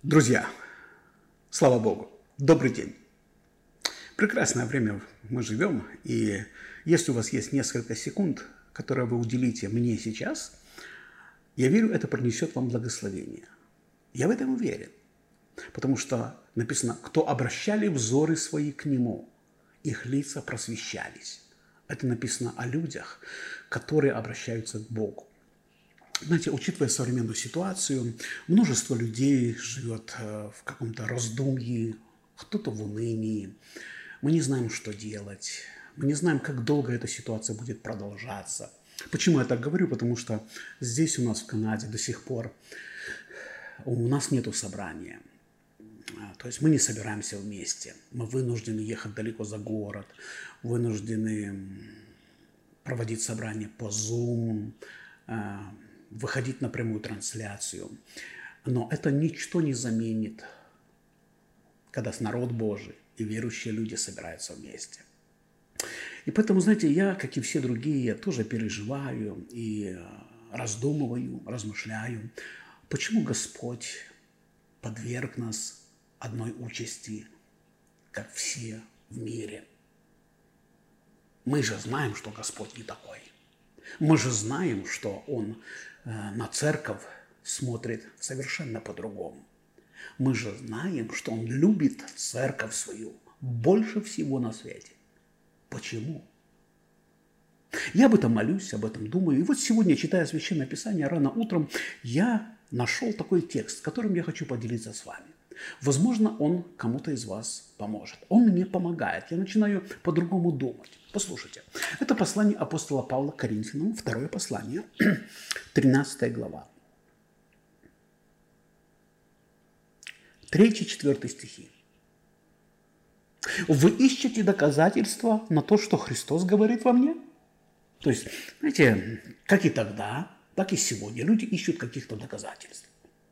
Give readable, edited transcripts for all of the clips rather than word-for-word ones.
Друзья, слава Богу, добрый день. Прекрасное время мы живем, и если у вас есть несколько секунд, которые вы уделите мне сейчас, я верю, это принесет вам благословение. Я в этом уверен, потому что написано, кто обращали взоры свои к Нему, их лица просвещались. Это написано о людях, которые обращаются к Богу. Знаете, учитывая современную ситуацию, множество людей живет в каком-то раздумье, кто-то в унынии. Мы не знаем, что делать. Мы не знаем, как долго эта ситуация будет продолжаться. Почему я так говорю? Потому что здесь у нас в Канаде до сих пор у нас нету собрания. То есть мы не собираемся вместе. Мы вынуждены ехать далеко за город, вынуждены проводить собрания по Zoom, выходить на прямую трансляцию. Но это ничто не заменит, когда народ Божий и верующие люди собираются вместе. И поэтому, знаете, я, как и все другие, тоже переживаю и раздумываю, размышляю, почему Господь подверг нас одной участи, как все в мире. Мы же знаем, что Господь не такой. Мы же знаем, что Он на церковь смотрит совершенно по-другому. Мы же знаем, что Он любит церковь свою больше всего на свете. Почему? Я об этом молюсь, об этом думаю. И вот сегодня, читая Священное Писание рано утром, я нашел такой текст, которым я хочу поделиться с вами. Возможно, он кому-то из вас поможет. Он мне помогает. Я начинаю по-другому думать. Послушайте. Это послание апостола Павла к Коринфянам, второе послание, 13 глава. 3-4 стихи. Вы ищете доказательства на то, что Христос говорит во мне? То есть, знаете, как и тогда, так и сегодня люди ищут каких-то доказательств.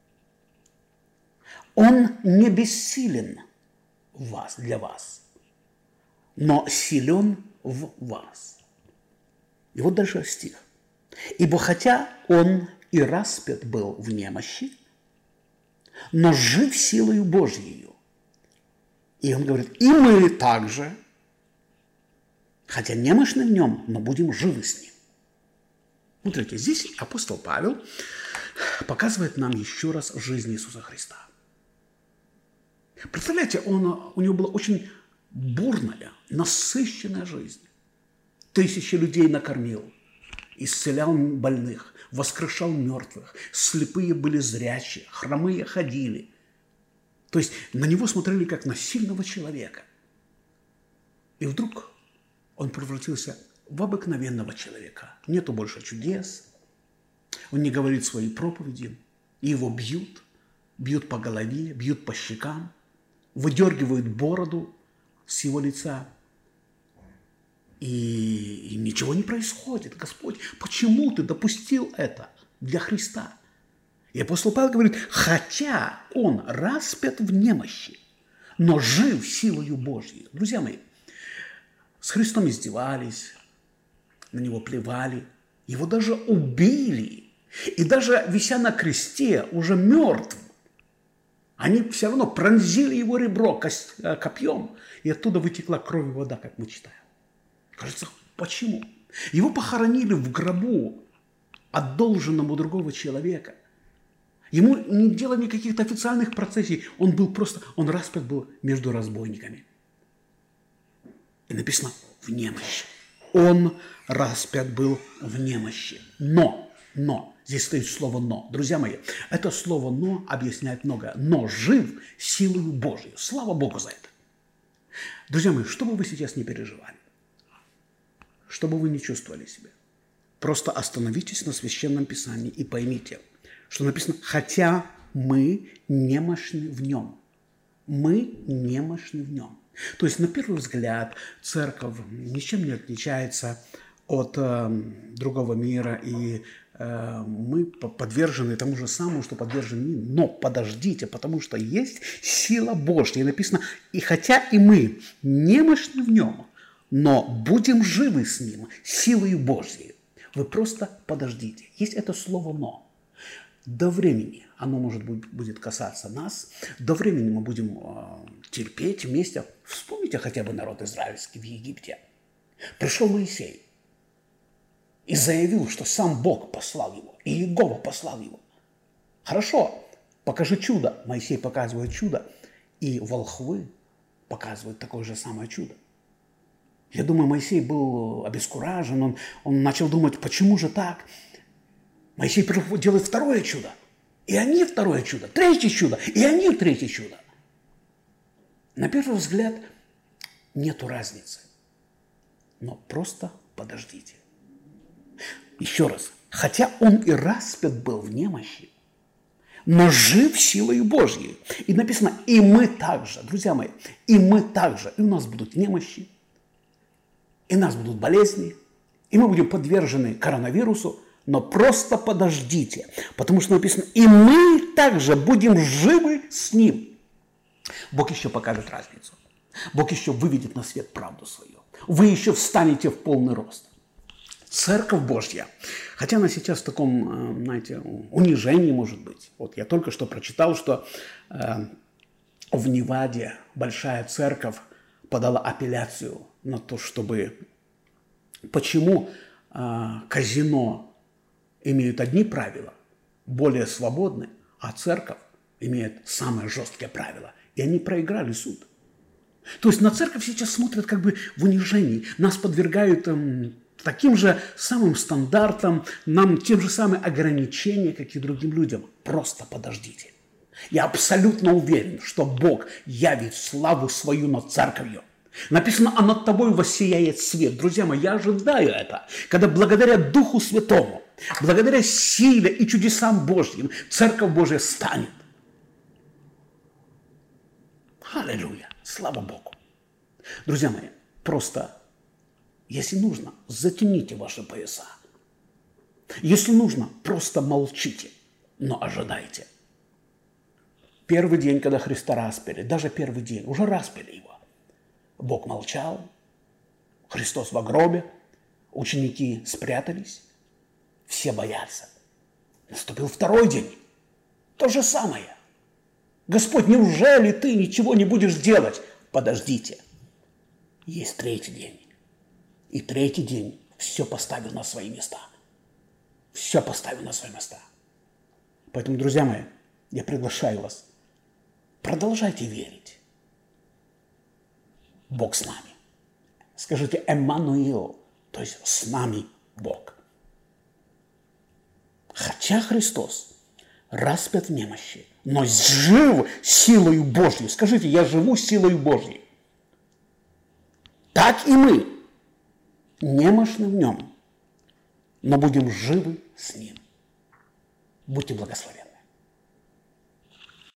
Он не бессилен в вас, для вас, но силен в вас. И вот дальше стих. Ибо хотя он и распят был в немощи, но жив силою Божьею. И он говорит, и мы также, хотя немощны в нем, но будем живы с ним. Смотрите, здесь апостол Павел показывает нам еще раз жизнь Иисуса Христа. Представляете, у него была очень бурная, насыщенная жизнь. 1000 людей накормил, исцелял больных, воскрешал мертвых, слепые были зрячие, хромые ходили. То есть на него смотрели как на сильного человека. И вдруг он превратился в обыкновенного человека. Нету больше чудес, он не говорит свои проповеди, и его бьют по голове, бьют по щекам, выдергивают бороду с его лица. И ничего не происходит. Господь, почему ты допустил это для Христа? И апостол Павел говорит, хотя он распят в немощи, но жив силою Божьей. Друзья мои, с Христом издевались, на него плевали, его даже убили. И даже вися на кресте, уже мертв, они все равно пронзили его ребро копьем, и оттуда вытекла кровь и вода, как мы читаем. Кажется, почему? Его похоронили в гробу, одолженному другого человека. Ему не делали каких-то официальных процессий, он распят был между разбойниками. И написано в немощи. Он распят был в немощи. Но, здесь стоит слово «но». Друзья мои, это слово «но» объясняет многое. Но жив силою Божьей. Слава Богу за это. Друзья мои, что бы вы сейчас не переживали, что бы вы не чувствовали себя, просто остановитесь на Священном Писании и поймите, что написано, хотя мы немощны в нем. Мы немощны в нем. То есть, на первый взгляд, церковь ничем не отличается от другого мира, и мы подвержены тому же самому, что подвержен мир. Но подождите, потому что есть сила Божья. И написано, и хотя и мы немощны в нем, но будем живы с ним силою Божьей. Вы просто подождите. Есть это слово «но». До времени оно, может быть, будет касаться нас. До времени мы будем терпеть вместе. Вспомните хотя бы народ израильский в Египте. Пришел Моисей и заявил, что сам Бог послал его, и Иегова послал его. Хорошо, покажи чудо. Моисей показывает чудо, и волхвы показывают такое же самое чудо. Я думаю, Моисей был обескуражен, он начал думать, почему же так? Моисей делает второе чудо, и они второе чудо, третье чудо, и они третье чудо. На первый взгляд нету разницы, но просто подождите. Еще раз, хотя он и распят был в немощи, но жив силой Божьей. И написано, и мы также, друзья мои, и мы также, и у нас будут немощи, и у нас будут болезни, и мы будем подвержены коронавирусу, но просто подождите, потому что написано, и мы также будем живы с ним. Бог еще покажет разницу. Бог еще выведет на свет правду свою. Вы еще встанете в полный рост. Церковь Божья, хотя она сейчас в таком, знаете, унижении, может быть. Вот я только что прочитал, что в Неваде большая церковь подала апелляцию на то, чтобы... Почему казино имеют одни правила, более свободные, а церковь имеет самые жесткие правила. И они проиграли суд. То есть на церковь сейчас смотрят как бы в унижении. Нас подвергают таким же самым стандартам, нам тем же самым ограничениям, как и другим людям. Просто подождите. Я абсолютно уверен, что Бог явит славу свою над церковью. Написано, а над тобой воссияет свет. Друзья мои, я ожидаю это, когда благодаря Духу Святому, благодаря силе и чудесам Божьим, Церковь Божья станет. Аллилуйя! Слава Богу! Друзья мои, просто, если нужно, затяните ваши пояса. Если нужно, просто молчите, но ожидайте. Первый день, когда Христа распяли, даже первый день, уже распяли его. Бог молчал, Христос в гробе, ученики спрятались, все боятся. Наступил второй день, то же самое. Господь, неужели ты ничего не будешь делать? Подождите. Есть третий день. И третий день все поставил на свои места. Все поставил на свои места. Поэтому, друзья мои, я приглашаю вас, продолжайте верить. Бог с нами. Скажите Эммануил, то есть с нами Бог. Хотя Христос распят в немощи, но жив силою Божьей. Скажите, я живу силою Божьей. Так и мы немощны в нем, но будем живы с ним. Будьте благословенны.